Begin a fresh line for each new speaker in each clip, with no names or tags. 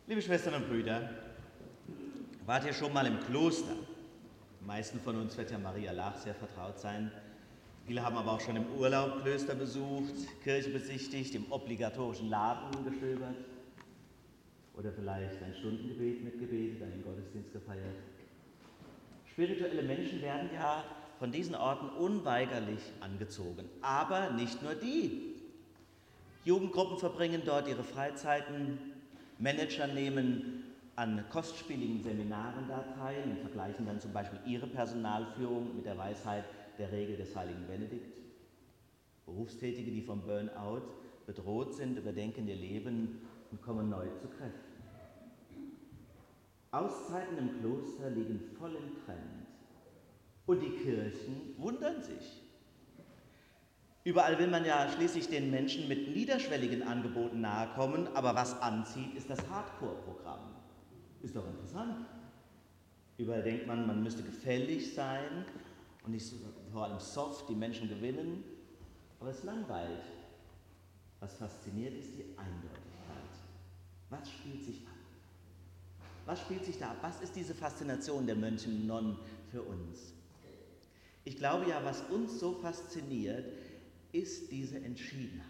Liebe Schwestern und Brüder, wart ihr schon mal im Kloster? Die meisten von uns wird ja Maria Laach sehr vertraut sein. Viele haben aber auch schon im Urlaub Klöster besucht, Kirche besichtigt, im obligatorischen Laden gestöbert oder vielleicht ein Stundengebet mitgebetet, einen Gottesdienst gefeiert. Spirituelle Menschen werden ja von diesen Orten unweigerlich angezogen, aber nicht nur die. Jugendgruppen verbringen dort ihre Freizeiten, Manager nehmen an kostspieligen Seminaren da teil und vergleichen dann zum Beispiel ihre Personalführung mit der Weisheit der Regel des heiligen Benedikt. Berufstätige, die vom Burnout bedroht sind, überdenken ihr Leben und kommen neu zu Kräften. Auszeiten im Kloster liegen voll im Trend und die Kirchen wundern sich. Überall will man ja schließlich den Menschen mit niederschwelligen Angeboten nahekommen, aber was anzieht, ist das Hardcore-Programm. Ist doch interessant. Überall denkt man, man müsste gefällig sein und nicht so, vor allem soft die Menschen gewinnen, aber es langweilt. Was fasziniert, ist die Eindeutigkeit. Was spielt sich ab? Was spielt sich da ab? Was ist diese Faszination der Mönche und Nonnen für uns? Ich glaube ja, was uns so fasziniert, ist diese Entschiedenheit.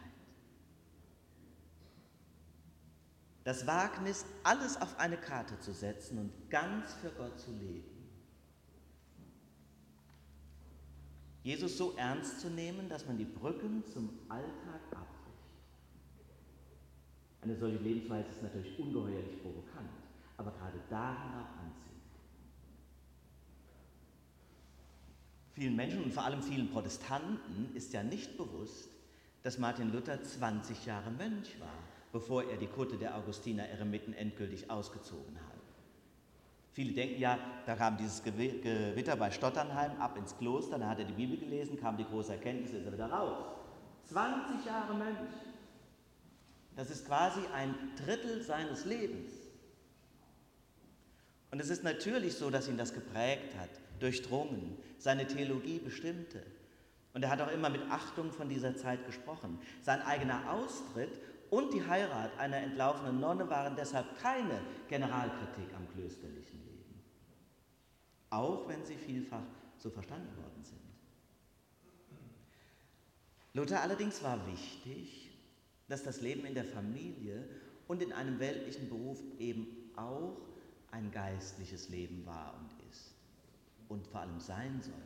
Das Wagnis, alles auf eine Karte zu setzen und ganz für Gott zu leben. Jesus so ernst zu nehmen, dass man die Brücken zum Alltag abbricht. Eine solche Lebensweise ist natürlich ungeheuerlich provokant, aber gerade darin auch anziehend. Vielen Menschen und vor allem vielen Protestanten ist ja nicht bewusst, dass Martin Luther 20 Jahre Mönch war, bevor er die Kutte der Augustiner Eremiten endgültig ausgezogen hat. Viele denken ja, da kam dieses Gewitter bei Stotternheim ab ins Kloster, da hat er die Bibel gelesen, kam die große Erkenntnis, ist er wieder raus. 20 Jahre Mönch. Das ist quasi ein Drittel seines Lebens. Und es ist natürlich so, dass ihn das geprägt hat, durchdrungen, seine Theologie bestimmte. Und er hat auch immer mit Achtung von dieser Zeit gesprochen. Sein eigener Austritt und die Heirat einer entlaufenen Nonne waren deshalb keine Generalkritik am klösterlichen Leben. Auch wenn sie vielfach so verstanden worden sind. Luther allerdings war wichtig, dass das Leben in der Familie und in einem weltlichen Beruf eben auch ein geistliches Leben war und ist und vor allem sein sollte.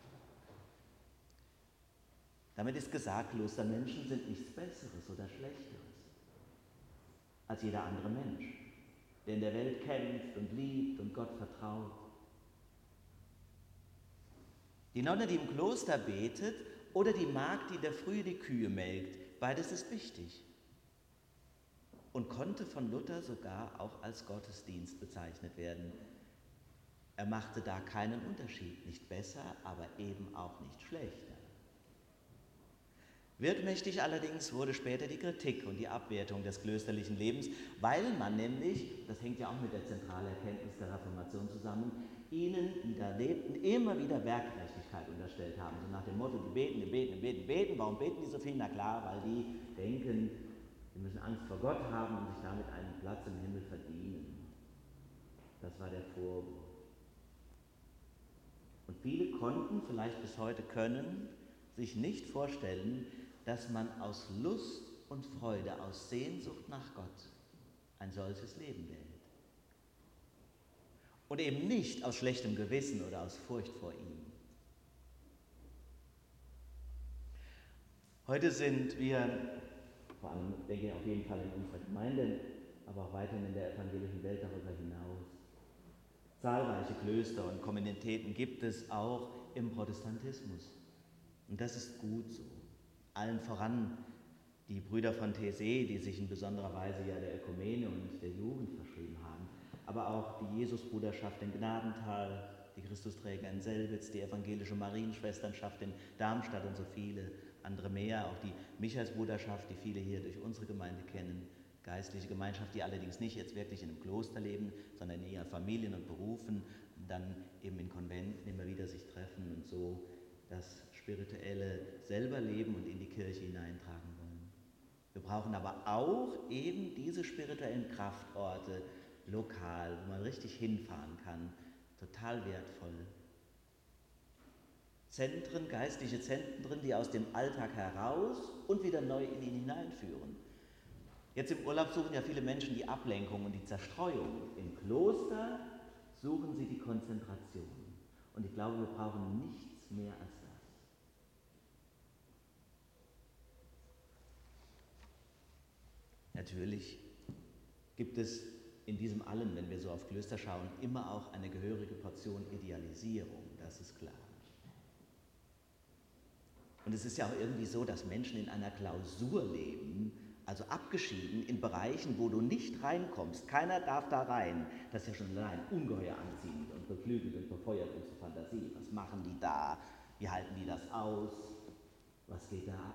Damit ist gesagt, Klostermenschen sind nichts Besseres oder Schlechteres als jeder andere Mensch, der in der Welt kämpft und liebt und Gott vertraut. Die Nonne, die im Kloster betet, oder die Magd, die in der Frühe die Kühe melkt, beides ist wichtig und konnte von Luther sogar auch als Gottesdienst bezeichnet werden. Er machte da keinen Unterschied, nicht besser, aber eben auch nicht schlechter. Wirkmächtig allerdings wurde später die Kritik und die Abwertung des klösterlichen Lebens, weil man nämlich, das hängt ja auch mit der zentralen Erkenntnis der Reformation zusammen, ihnen, die da lebten, immer wieder Werkgerechtigkeit unterstellt haben. So nach dem Motto, die beten. Warum beten die so viel? Na klar, weil die denken, sie müssen Angst vor Gott haben und sich damit einen Platz im Himmel verdienen. Das war der Vorwurf. Und viele konnten, vielleicht bis heute können, sich nicht vorstellen, dass man aus Lust und Freude, aus Sehnsucht nach Gott ein solches Leben wählt. Und eben nicht aus schlechtem Gewissen oder aus Furcht vor ihm. Heute sind wir, vor allem denke ich auf jeden Fall in unserer Gemeinde, aber auch weiterhin in der evangelischen Welt darüber hinaus, zahlreiche Klöster und Kommunitäten gibt es auch im Protestantismus. Und das ist gut so. Allen voran die Brüder von Taizé, die sich in besonderer Weise ja der Ökumene und der Jugend verschrieben haben, aber auch die Jesusbruderschaft in Gnadenthal, die Christusträger in Selbitz, die evangelische Marienschwesternschaft in Darmstadt und so viele andere mehr, auch die Michaelsbruderschaft, die viele hier durch unsere Gemeinde kennen, geistliche Gemeinschaft, die allerdings nicht jetzt wirklich in einem Kloster leben, sondern in ihren Familien und Berufen, dann eben in Konventen immer wieder sich treffen und so das Spirituelle selber leben und in die Kirche hineintragen wollen. Wir brauchen aber auch eben diese spirituellen Kraftorte lokal, wo man richtig hinfahren kann. Total wertvoll. Zentren, geistliche Zentren, die aus dem Alltag heraus und wieder neu in ihn hineinführen. Jetzt im Urlaub suchen ja viele Menschen die Ablenkung und die Zerstreuung. Im Kloster suchen sie die Konzentration. Und ich glaube, wir brauchen nichts mehr als das. Natürlich gibt es in diesem Allen, wenn wir so auf Klöster schauen, immer auch eine gehörige Portion Idealisierung, das ist klar. Und es ist ja auch irgendwie so, dass Menschen in einer Klausur leben, also abgeschieden in Bereichen, wo du nicht reinkommst. Keiner darf da rein. Das ist ja schon allein ungeheuer anziehend und beflügelt und befeuert unsere Fantasie. Was machen die da? Wie halten die das aus? Was geht da ab?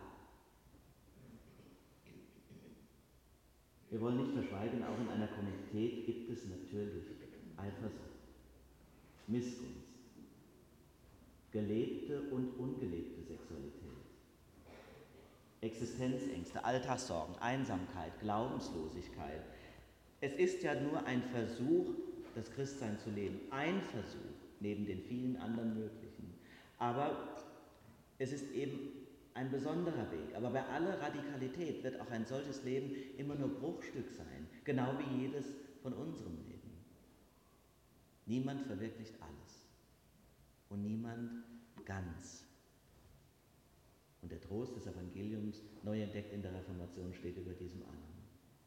Wir wollen nicht verschweigen, auch in einer Kommunität gibt es natürlich Eifersucht, Missgunst, gelebte und ungelebte Sexualität, Existenzängste, Alltagssorgen, Einsamkeit, Glaubenslosigkeit. Es ist ja nur ein Versuch, das Christsein zu leben, ein Versuch neben den vielen anderen möglichen. Aber es ist eben ein besonderer Weg. Aber bei aller Radikalität wird auch ein solches Leben immer nur Bruchstück sein, genau wie jedes von unserem Leben. Niemand verwirklicht alles und niemand ganz. Und der Trost des Evangeliums, neu entdeckt in der Reformation, steht über diesem allem.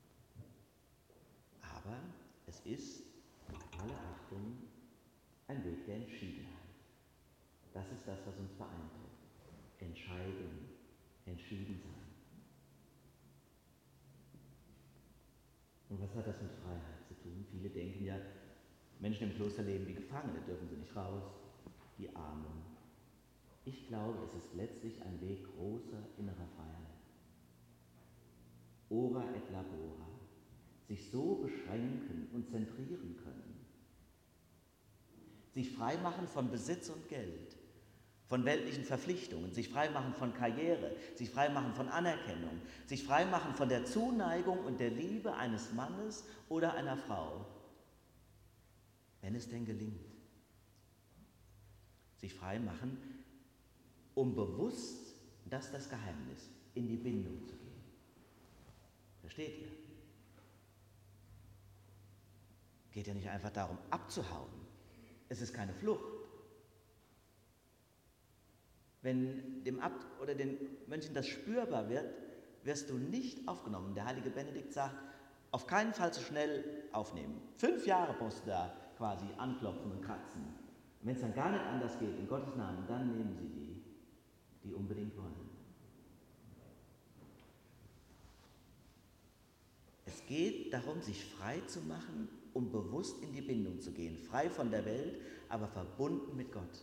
Aber es ist, mit aller Achtung, ein Weg der Entschiedenheit. Das ist das, was uns beeindruckt. Entscheidung, entschieden sein. Und was hat das mit Freiheit zu tun? Viele denken ja, Menschen im Kloster leben wie Gefangene, dürfen sie nicht raus, die Armen. Ich glaube, es ist letztlich ein Weg großer innerer Freiheit. Ora et labora, sich so beschränken und zentrieren können. Sich freimachen von Besitz und Geld, von weltlichen Verpflichtungen, sich freimachen von Karriere, sich freimachen von Anerkennung, sich freimachen von der Zuneigung und der Liebe eines Mannes oder einer Frau, wenn es denn gelingt. Sich freimachen, um bewusst, das ist das Geheimnis, in die Bindung zu gehen. Versteht ihr? Geht ja nicht einfach darum, abzuhauen. Es ist keine Flucht. Wenn dem Abt oder den Mönchen das spürbar wird, wirst du nicht aufgenommen. Der heilige Benedikt sagt, auf keinen Fall zu schnell aufnehmen. 5 Jahre musst du da quasi anklopfen und kratzen. Und wenn es dann gar nicht anders geht, in Gottes Namen, dann nehmen sie die unbedingt wollen. Es geht darum, sich frei zu machen, um bewusst in die Bindung zu gehen. Frei von der Welt, aber verbunden mit Gott.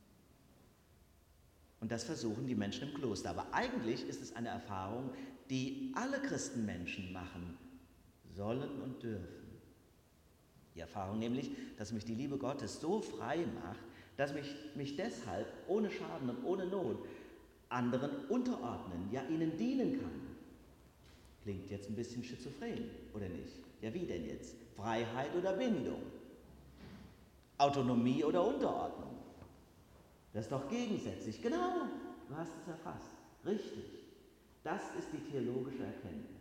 Und das versuchen die Menschen im Kloster. Aber eigentlich ist es eine Erfahrung, die alle Christenmenschen machen sollen und dürfen. Die Erfahrung nämlich, dass mich die Liebe Gottes so frei macht, dass mich deshalb ohne Schaden und ohne Not anderen unterordnen, ja ihnen dienen kann. Klingt jetzt ein bisschen schizophren, oder nicht? Ja, wie denn jetzt? Freiheit oder Bindung? Autonomie oder Unterordnung? Das ist doch gegensätzlich. Genau, du hast es erfasst. Richtig. Das ist die theologische Erkenntnis.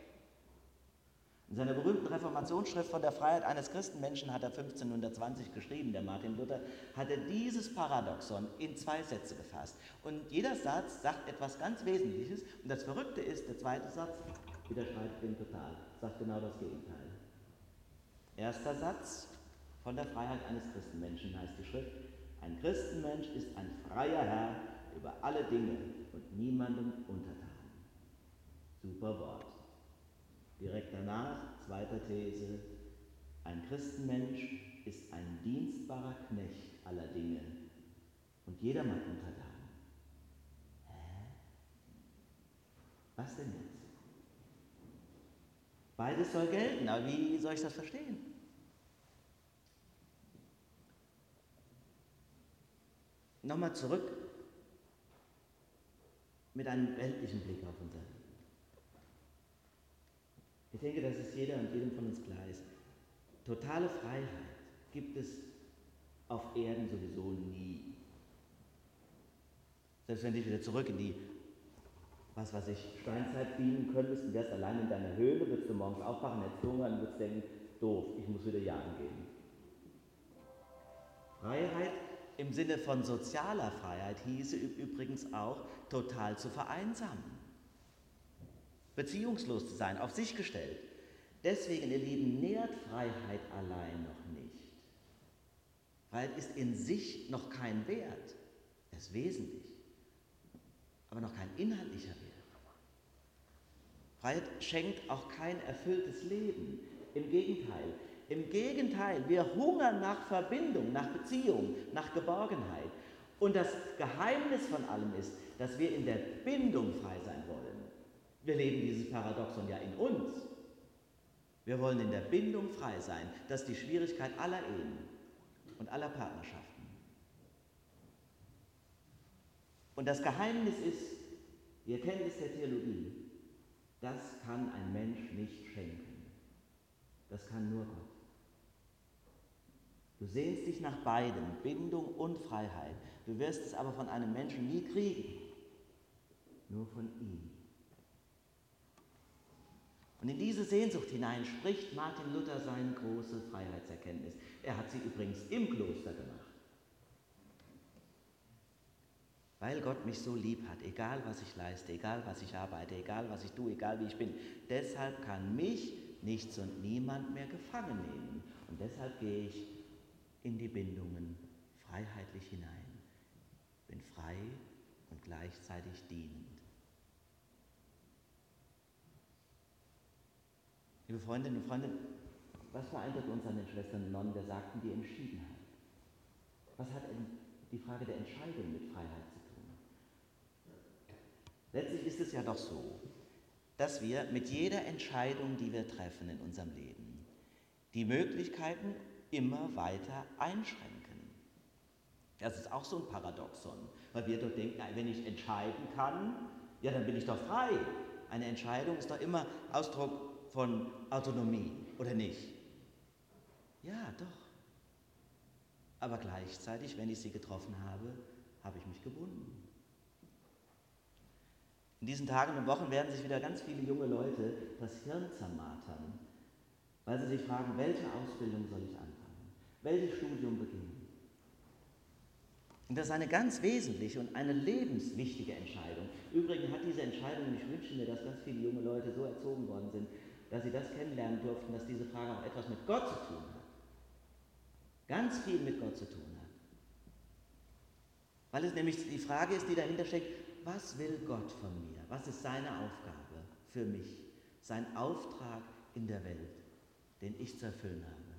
In seiner berühmten Reformationsschrift von der Freiheit eines Christenmenschen hat er 1520 geschrieben, der Martin Luther, hat er dieses Paradoxon in 2 Sätze gefasst. Und jeder Satz sagt etwas ganz Wesentliches. Und das Verrückte ist, der zweite Satz widerstreitet dem total, sagt genau das Gegenteil. Erster Satz von der Freiheit eines Christenmenschen heißt die Schrift, ein Christenmensch ist ein freier Herr über alle Dinge und niemandem untertan. Super Wort. Direkt danach, zweiter These, ein Christenmensch ist ein dienstbarer Knecht aller Dinge und jedermann untertan. Hä? Was denn jetzt? Beides soll gelten, aber wie soll ich das verstehen? Nochmal zurück mit einem weltlichen Blick auf unser Leben. Ich denke, das ist jeder und jedem von uns klar ist. Totale Freiheit gibt es auf Erden sowieso nie. Selbst wenn dich wieder zurück in die, Steinzeit beamen könntest und wärst allein in deiner Höhle, würdest du morgens aufwachen, hättest Hunger und würdest denken, doof, ich muss wieder jagen gehen. Freiheit im Sinne von sozialer Freiheit hieße übrigens auch, total zu vereinsamen. Beziehungslos zu sein, auf sich gestellt. Deswegen, ihr Lieben, nährt Freiheit allein noch nicht. Freiheit ist in sich noch kein Wert, er ist wesentlich, aber noch kein inhaltlicher Wert. Freiheit schenkt auch kein erfülltes Leben. Im Gegenteil, wir hungern nach Verbindung, nach Beziehung, nach Geborgenheit. Und das Geheimnis von allem ist, dass wir in der Bindung frei sein wollen. Wir leben dieses Paradoxon ja in uns. Wir wollen in der Bindung frei sein. Das ist die Schwierigkeit aller Ehen und aller Partnerschaften. Und das Geheimnis ist, die Erkenntnis der Theologie, das kann ein Mensch nicht schenken. Das kann nur Gott. Du sehnst dich nach beidem, Bindung und Freiheit. Du wirst es aber von einem Menschen nie kriegen, nur von ihm. Und in diese Sehnsucht hinein spricht Martin Luther seine große Freiheitserkenntnis. Er hat sie übrigens im Kloster gemacht. Weil Gott mich so lieb hat, egal was ich leiste, egal was ich arbeite, egal was ich tue, egal wie ich bin, deshalb kann mich nichts und niemand mehr gefangen nehmen. Und deshalb gehe ich in die Bindungen freiheitlich hinein. Bin frei und gleichzeitig dienend. Liebe Freundinnen und Freunde, was beeindruckt uns an den Schwestern und Nonnen, wir sagten die Entschiedenheit. Was hat die Frage der Entscheidung mit Freiheit zu tun? Letztlich ist es ja doch so, dass wir mit jeder Entscheidung, die wir treffen in unserem Leben, die Möglichkeiten immer weiter einschränken. Das ist auch so ein Paradoxon, weil wir doch denken, wenn ich entscheiden kann, ja, dann bin ich doch frei. Eine Entscheidung ist doch immer Ausdruck von Autonomie, oder nicht? Ja, doch. Aber gleichzeitig, wenn ich sie getroffen habe, habe ich mich gebunden. In diesen Tagen und Wochen werden sich wieder ganz viele junge Leute das Hirn zermartern, weil sie sich fragen, welche Ausbildung soll ich anfangen? Welches Studium beginnen? Und das ist eine ganz wesentliche und eine lebenswichtige Entscheidung. Übrigens hat diese Entscheidung, und ich wünsche mir, dass ganz viele junge Leute so erzogen worden sind, dass sie das kennenlernen durften, dass diese Frage auch etwas mit Gott zu tun hat. Ganz viel mit Gott zu tun hat. Weil es nämlich die Frage ist, die dahinter steckt, was will Gott von mir? Was ist seine Aufgabe für mich? Sein Auftrag in der Welt, den ich zu erfüllen habe.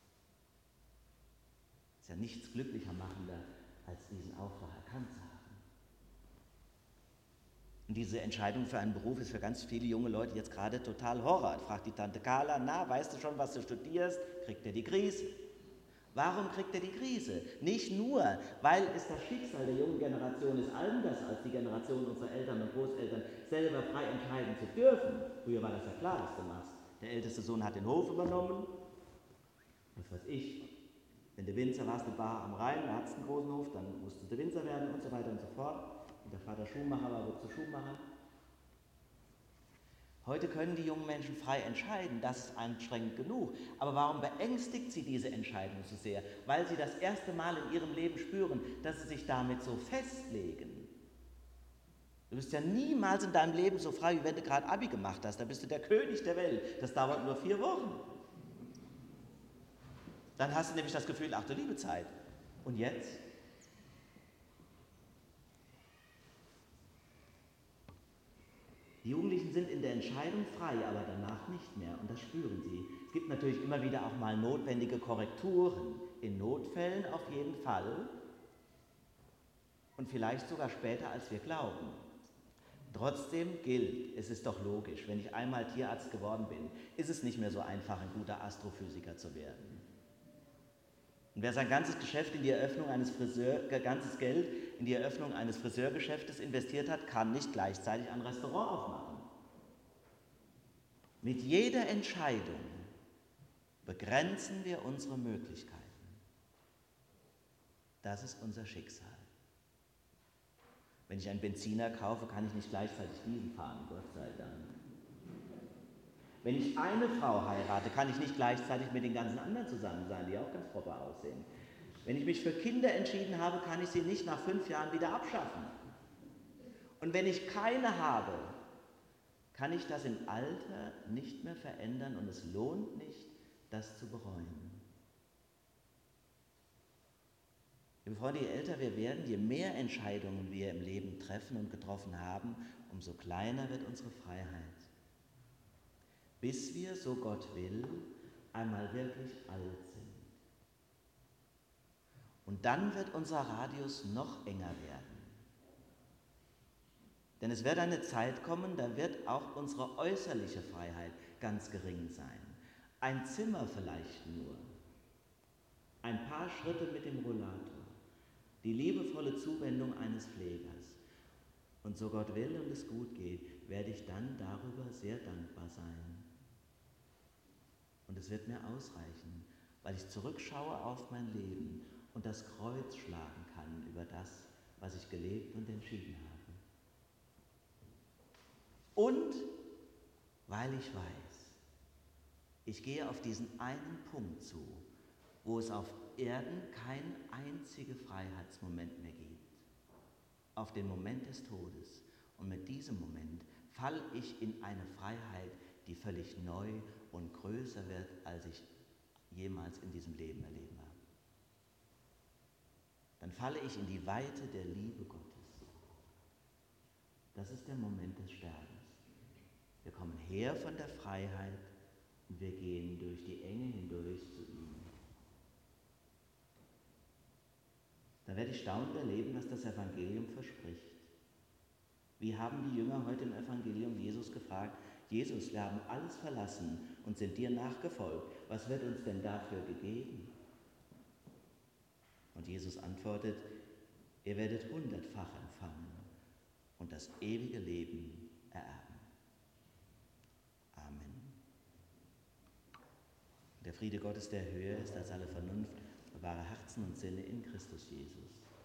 Es ist ja nichts glücklicher machender, als diesen Auftrag erkannt zu haben. Und diese Entscheidung für einen Beruf ist für ganz viele junge Leute jetzt gerade total Horror. Fragt die Tante Carla, na, weißt du schon, was du studierst? Kriegt er die Krise? Warum kriegt er die Krise? Nicht nur, weil es das Schicksal der jungen Generation ist, anders als die Generation unserer Eltern und Großeltern, selber frei entscheiden zu dürfen. Früher war das ja klar, was du machst. Der älteste Sohn hat den Hof übernommen. Was weiß ich, wenn du Winzer warst, eine Bar am Rhein, da hattest du einen großen Hof, dann musstest du Winzer werden und so weiter und so fort. Und der Vater Schuhmacher war, wurdest du Schuhmacher. Heute können die jungen Menschen frei entscheiden, das ist anstrengend genug. Aber warum beängstigt sie diese Entscheidung so sehr? Weil sie das erste Mal in ihrem Leben spüren, dass sie sich damit so festlegen. Du bist ja niemals in deinem Leben so frei, wie wenn du gerade Abi gemacht hast. Da bist du der König der Welt. Das dauert nur 4 Wochen. Dann hast du nämlich das Gefühl, ach du liebe Zeit. Und jetzt? Die Jugendlichen sind in der Entscheidung frei, aber danach nicht mehr und das spüren sie. Es gibt natürlich immer wieder auch mal notwendige Korrekturen, in Notfällen auf jeden Fall und vielleicht sogar später, als wir glauben. Trotzdem gilt, es ist doch logisch, wenn ich einmal Tierarzt geworden bin, ist es nicht mehr so einfach, ein guter Astrophysiker zu werden. Und wer sein ganzes Geschäft in die Eröffnung eines ganzes Geld in die Eröffnung eines Friseurgeschäftes investiert hat, kann nicht gleichzeitig ein Restaurant aufmachen. Mit jeder Entscheidung begrenzen wir unsere Möglichkeiten. Das ist unser Schicksal. Wenn ich einen Benziner kaufe, kann ich nicht gleichzeitig diesen fahren, Gott sei Dank. Wenn ich eine Frau heirate, kann ich nicht gleichzeitig mit den ganzen anderen zusammen sein, die auch ganz proper aussehen. Wenn ich mich für Kinder entschieden habe, kann ich sie nicht nach 5 Jahren wieder abschaffen. Und wenn ich keine habe, kann ich das im Alter nicht mehr verändern und es lohnt nicht, das zu bereuen. Liebe Freunde, je älter wir werden, je mehr Entscheidungen wir im Leben treffen und getroffen haben, umso kleiner wird unsere Freiheit. Bis wir, so Gott will, einmal wirklich alt sind. Und dann wird unser Radius noch enger werden. Denn es wird eine Zeit kommen, da wird auch unsere äußerliche Freiheit ganz gering sein. Ein Zimmer vielleicht nur, ein paar Schritte mit dem Rollator, die liebevolle Zuwendung eines Pflegers. Und so Gott will und es gut geht, werde ich dann darüber sehr dankbar sein. Und es wird mir ausreichen, weil ich zurückschaue auf mein Leben und das Kreuz schlagen kann über das, was ich gelebt und entschieden habe. Und weil ich weiß, ich gehe auf diesen einen Punkt zu, wo es auf Erden keinen einzigen Freiheitsmoment mehr gibt. Auf den Moment des Todes. Und mit diesem Moment falle ich in eine Freiheit, die völlig neu und größer wird, als ich jemals in diesem Leben erleben habe. Dann falle ich in die Weite der Liebe Gottes. Das ist der Moment des Sterbens. Wir kommen her von der Freiheit und wir gehen durch die Enge hindurch zu ihm. Dann werde ich staunend erleben, was das Evangelium verspricht. Wie haben die Jünger heute im Evangelium Jesus gefragt: Jesus, wir haben alles verlassen und sind dir nachgefolgt. Was wird uns denn dafür gegeben? Und Jesus antwortet: Ihr werdet 100-fach empfangen und das ewige Leben ererben. Amen. Der Friede Gottes, der höher ist als alle Vernunft, bewahre Herzen und Sinne in Christus Jesus.